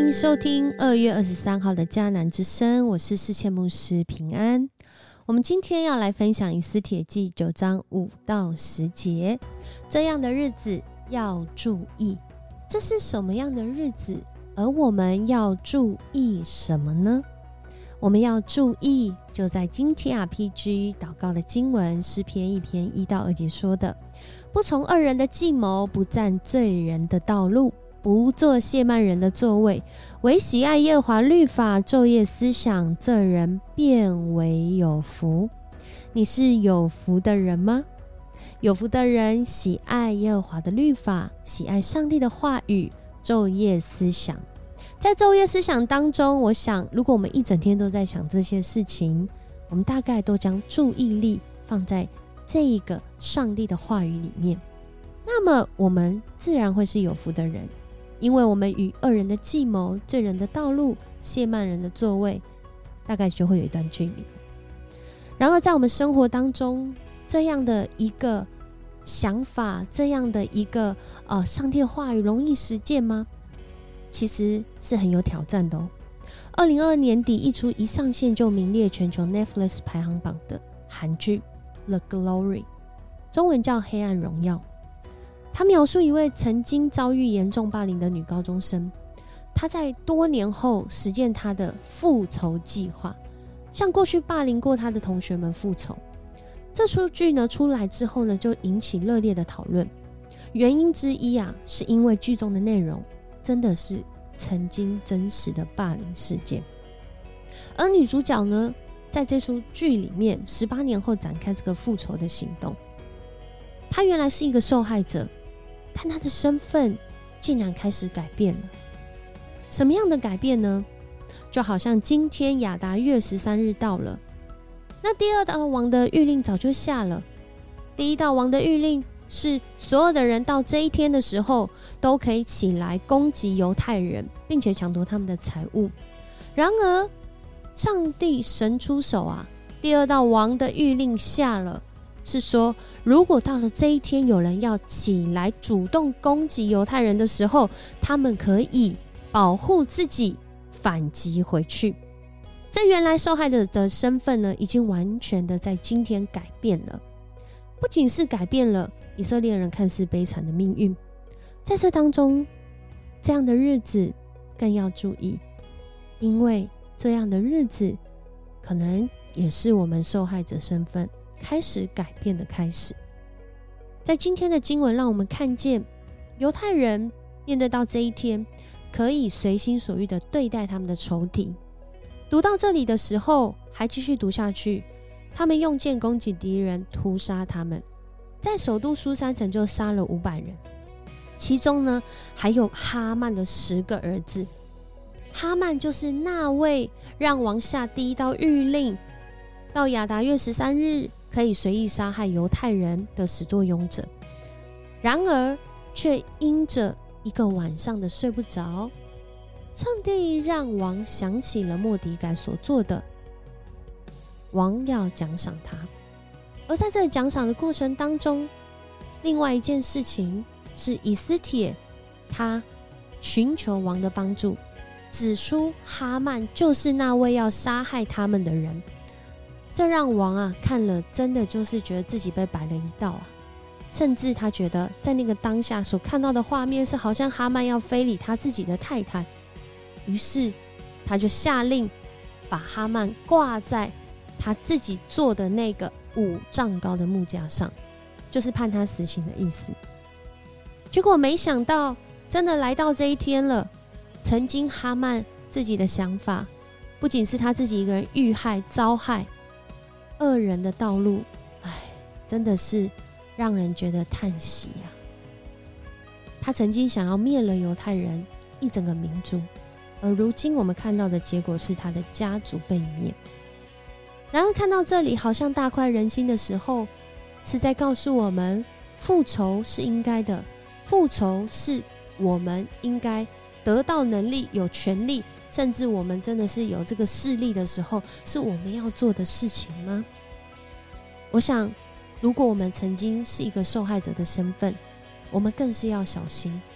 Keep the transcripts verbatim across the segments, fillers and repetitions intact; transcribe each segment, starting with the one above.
迎收听二月二十三号的迦南之声，我是世界牧师平安。我们今天要来分享以斯帖记九章五到十节，这样的日子要注意。这是什么样的日子？而我们要注意什么呢？我们要注意，就在今天 R P G 祷告的经文诗篇一篇一到二节说的：不从恶人的计谋，不占罪人的道路，不坐亵慢人的座位，唯喜爱耶和华律法，昼夜思想，这人便为有福。你是有福的人吗？有福的人喜爱耶和华的律法，喜爱上帝的话语，昼夜思想。在昼夜思想当中，我想如果我们一整天都在想这些事情，我们大概都将注意力放在这一个上帝的话语里面，那么我们自然会是有福的人，因为我们与恶人的计谋、罪人的道路、亵慢人的座位，大概就会有一段距离。然而在我们生活当中，这样的一个想法，这样的一个呃上帝的话语容易实践吗？其实是很有挑战的哦。二零二二年底一出一上线就名列全球 Netflix 排行榜的韩剧 The Glory， 中文叫黑暗荣耀。他描述一位曾经遭遇严重霸凌的女高中生，她在多年后实践她的复仇计划，向过去霸凌过她的同学们复仇。这出剧呢出来之后呢，就引起热烈的讨论。原因之一啊，是因为剧中的内容真的是曾经真实的霸凌事件。而女主角呢，在这出剧里面十八年后展开这个复仇的行动。她原来是一个受害者，但她的身份竟然开始改变了。什么样的改变呢？就好像今天亚达月十三日到了，那第二道王的谕令早就下了。第一道王的谕令是所有的人到这一天的时候都可以起来攻击犹太人，并且抢夺他们的财物。然而上帝神出手啊，第二道王的谕令下了，是说如果到了这一天有人要起来主动攻击犹太人的时候，他们可以保护自己，反击回去。这原来受害者的身份呢，已经完全的在今天改变了。不仅是改变了以色列人看似悲惨的命运，在这当中，这样的日子更要注意，因为这样的日子可能也是我们受害者身份开始改变的开始。在今天的经文让我们看见犹太人面对到这一天可以随心所欲地对待他们的仇敌。读到这里的时候还继续读下去，他们用剑攻击敌人，屠杀他们，在首都书珊城就杀了五百人，其中呢还有哈曼的十个儿子。哈曼就是那位让王下第一道谕令，到亚达月十三日可以随意杀害犹太人的始作俑者。然而却因着一个晚上的睡不着，上帝让王想起了末底改所做的，王要奖赏他。而在这奖赏的过程当中，另外一件事情是以斯帖他寻求王的帮助，指出哈曼就是那位要杀害他们的人。这让王啊看了真的就是觉得自己被摆了一道啊，甚至他觉得在那个当下所看到的画面是好像哈曼要非礼他自己的太太，于是他就下令把哈曼挂在他自己做的那个五丈高的木架上，就是判他死刑的意思。结果没想到真的来到这一天了，曾经哈曼自己的想法不仅是他自己一个人遇害遭害，恶人的道路，哎，真的是让人觉得叹息啊。他曾经想要灭了犹太人一整个民族，而如今我们看到的结果是他的家族被灭。然而看到这里好像大快人心的时候，是在告诉我们复仇是应该的，复仇是我们应该得到能力有权利，甚至我们真的是有这个势力的时候，是我们要做的事情吗？我想如果我们曾经是一个受害者的身份，我们更是要小心，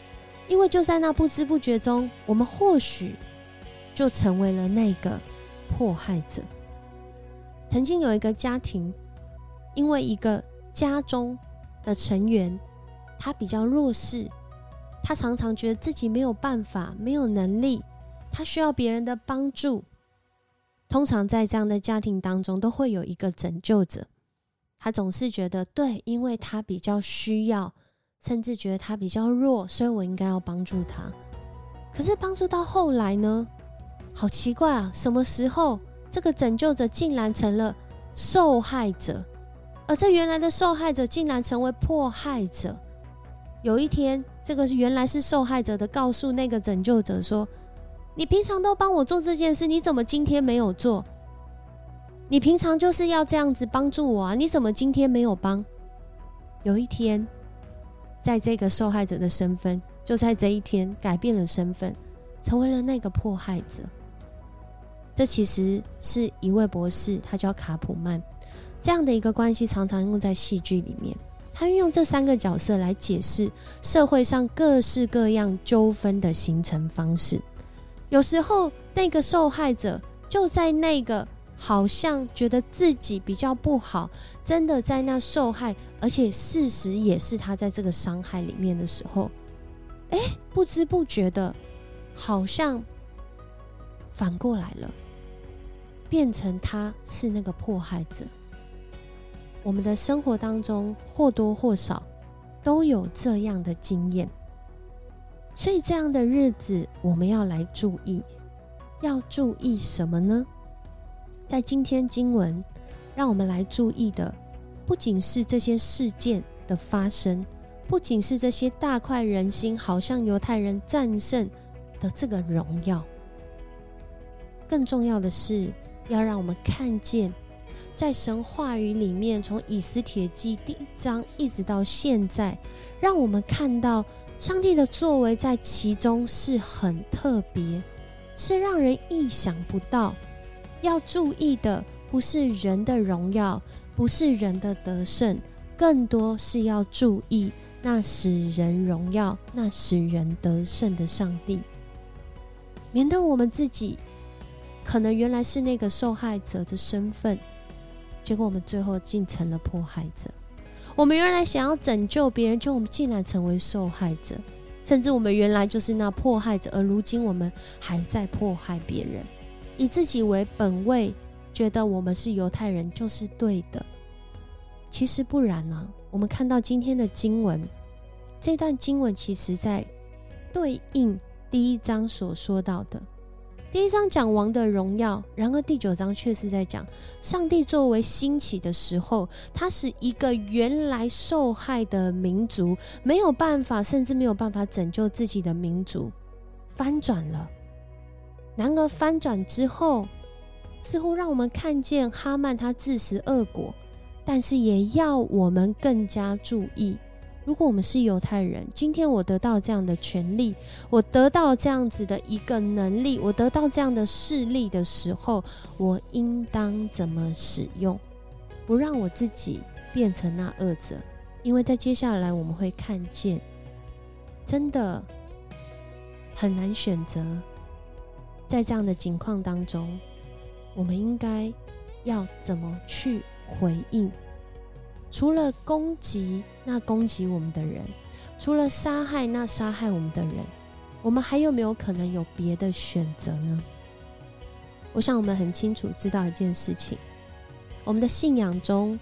因为就在那不知不觉中，我们或许就成为了那个迫害者。曾经有一个家庭，因为一个家中的成员他比较弱势，他常常觉得自己没有办法，没有能力，他需要别人的帮助。通常在这样的家庭当中都会有一个拯救者，他总是觉得对，因为他比较需要，甚至觉得他比较弱，所以我应该要帮助他。可是帮助到后来呢，好奇怪啊，什么时候这个拯救者竟然成了受害者，而这原来的受害者竟然成为迫害者。有一天，这个原来是受害者的告诉那个拯救者说，你平常都帮我做这件事，你怎么今天没有做？你平常就是要这样子帮助我啊，你怎么今天没有帮？有一天，在这个受害者的身份，就在这一天改变了身份，成为了那个迫害者。这其实是一位博士，他叫卡普曼。这样的一个关系常常用在戏剧里面，他运用这三个角色来解释社会上各式各样纠纷的形成方式。有时候那个受害者就在那个好像觉得自己比较不好，真的在那受害，而且事实也是他在这个伤害里面的时候，诶，不知不觉的好像反过来了，变成他是那个迫害者。我们的生活当中或多或少都有这样的经验，所以这样的日子我们要来注意。要注意什么呢？在今天经文让我们来注意的，不仅是这些事件的发生，不仅是这些大快人心好像犹太人战胜的这个荣耀，更重要的是要让我们看见在神话语里面，从以斯帖记第一章一直到现在，让我们看到上帝的作为在其中是很特别，是让人意想不到。要注意的不是人的荣耀，不是人的得胜，更多是要注意那使人荣耀、那使人得胜的上帝，免得我们自己可能原来是那个受害者的身份，结果我们最后竟成了迫害者。我们原来想要拯救别人，就我们竟然成为受害者，甚至我们原来就是那迫害者，而如今我们还在迫害别人，以自己为本位，觉得我们是犹太人就是对的。其实不然啊，我们看到今天的经文，这段经文其实在对应第一章所说到的。第一章讲王的荣耀，然而第九章却是在讲上帝作为兴起的时候，他使一个原来受害的民族没有办法，甚至没有办法拯救自己的民族翻转了。然而翻转之后，似乎让我们看见哈曼他自食恶果，但是也要我们更加注意，如果我们是犹太人，今天我得到这样的权利，我得到这样子的一个能力，我得到这样的势力的时候，我应当怎么使用，不让我自己变成那恶者。因为在接下来我们会看见，真的很难选择。在这样的情况当中，我们应该要怎么去回应？除了攻击那攻击我们的人，除了杀害那杀害我们的人，我们还有没有可能有别的选择呢？我想我们很清楚知道一件事情，我们的信仰中，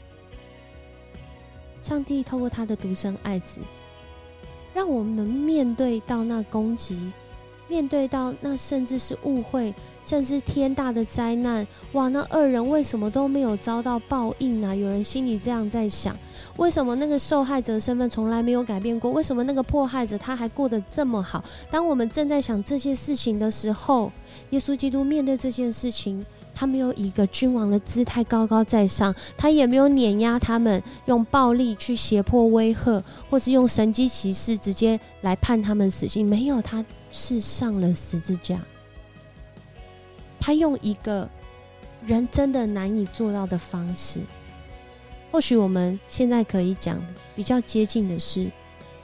上帝透过他的独生爱子，让我们面对到那攻击，面对到那甚至是误会，甚至天大的灾难，哇，那恶人为什么都没有遭到报应啊？有人心里这样在想，为什么那个受害者的身份从来没有改变过？为什么那个迫害者他还过得这么好？当我们正在想这些事情的时候，耶稣基督面对这件事情，他没有以一个君王的姿态高高在上，他也没有碾压他们，用暴力去胁迫威吓，或是用神迹奇事直接来判他们死刑，没有，他是上了十字架。他用一个人真的难以做到的方式。或许我们现在可以讲比较接近的是，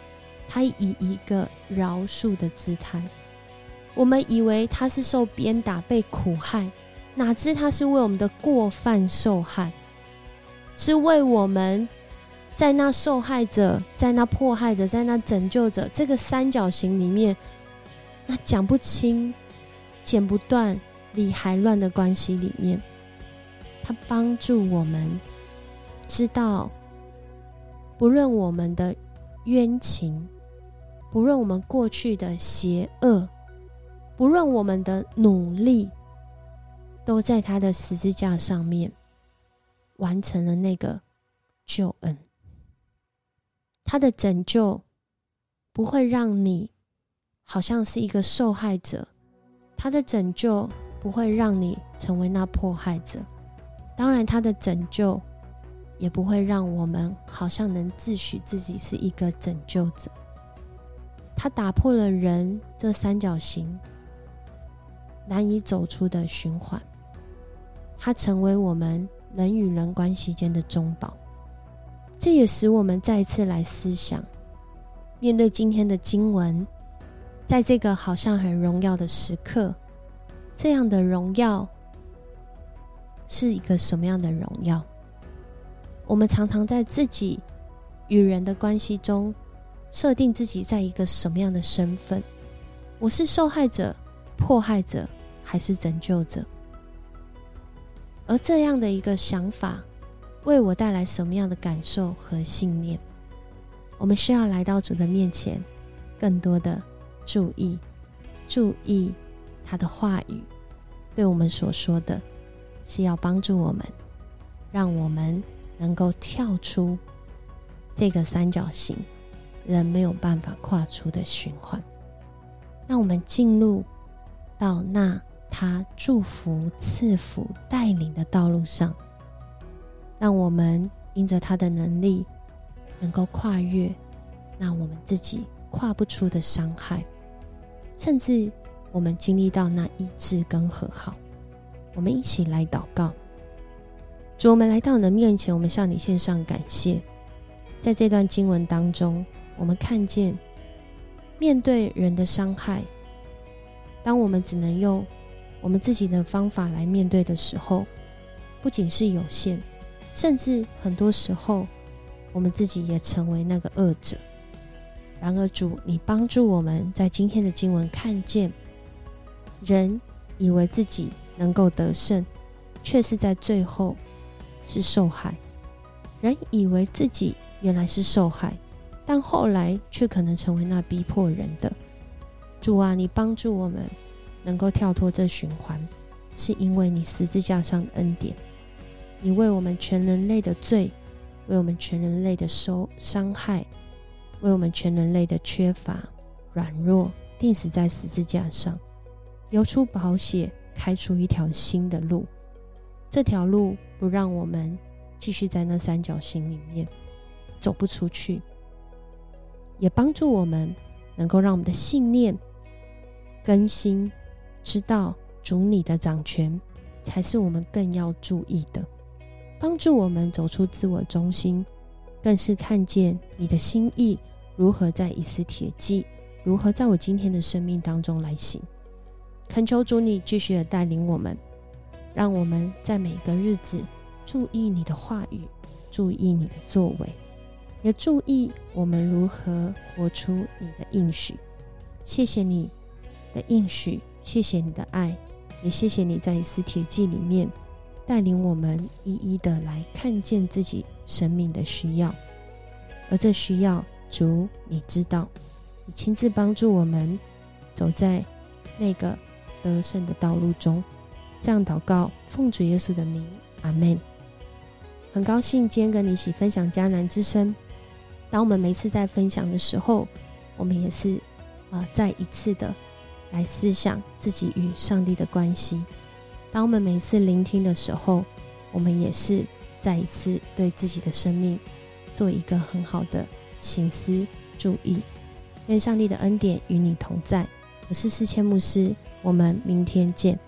他以一个饶恕的姿态。我们以为他是受鞭打被苦害，哪知他是为我们的过犯受害，是为我们在那受害者、在那迫害者、在那拯救者这个三角形里面，那讲不清剪不断理还乱的关系里面，他帮助我们知道，不论我们的冤情，不论我们过去的邪恶，不论我们的努力，都在他的十字架上面完成了那个救恩。他的拯救不会让你好像是一个受害者，他的拯救不会让你成为那迫害者，当然他的拯救也不会让我们好像能自诩自己是一个拯救者。他打破了人这三角形难以走出的循环，他成为我们人与人关系间的中保。这也使我们再一次来思想，面对今天的经文，在这个好像很荣耀的时刻，这样的荣耀是一个什么样的荣耀？我们常常在自己与人的关系中设定自己在一个什么样的身份，我是受害者、迫害者还是拯救者？而这样的一个想法为我带来什么样的感受和信念？我们需要来到主的面前，更多的注意注意他的话语对我们所说的，是要帮助我们，让我们能够跳出这个三角形人没有办法跨出的循环。让我们进入到那他祝福、赐福、带领的道路上，让我们因着他的能力能够跨越那我们自己跨不出的伤害，甚至我们经历到那医治跟和好。我们一起来祷告。主，我们来到你的面前，我们向你献上感谢。在这段经文当中，我们看见面对人的伤害，当我们只能用我们自己的方法来面对的时候，不仅是有限，甚至很多时候我们自己也成为那个恶者。然而主，你帮助我们在今天的经文看见，人以为自己能够得胜，却是在最后是受害。人以为自己原来是受害，但后来却可能成为那逼迫人的。主啊，你帮助我们能够跳脱这循环，是因为你十字架上的恩典。你为我们全人类的罪，为我们全人类的受伤害，为我们全人类的缺乏软弱，钉死在十字架上，流出宝血，开出一条新的路。这条路不让我们继续在那三角形里面走不出去，也帮助我们能够让我们的信念更新，知道主你的掌权才是我们更要注意的，帮助我们走出自我中心，更是看见你的心意如何在以斯帖记，如何在我今天的生命当中来行。恳求主你继续的带领我们，让我们在每个日子注意你的话语，注意你的作为，也注意我们如何活出你的应许。谢谢你的应许，谢谢你的爱，也谢谢你在以斯帖记里面带领我们一一的来看见自己生命的需要，而这需要主你知道，你亲自帮助我们走在那个得胜的道路中。这样祷告，奉主耶稣的名，阿们。很高兴今天跟你一起分享迦南之声。当我们每次在分享的时候，我们也是、呃、再一次的来思想自己与上帝的关系。当我们每次聆听的时候，我们也是再一次对自己的生命做一个很好的省思注意。愿上帝的恩典与你同在。我是思谦牧师，我们明天见。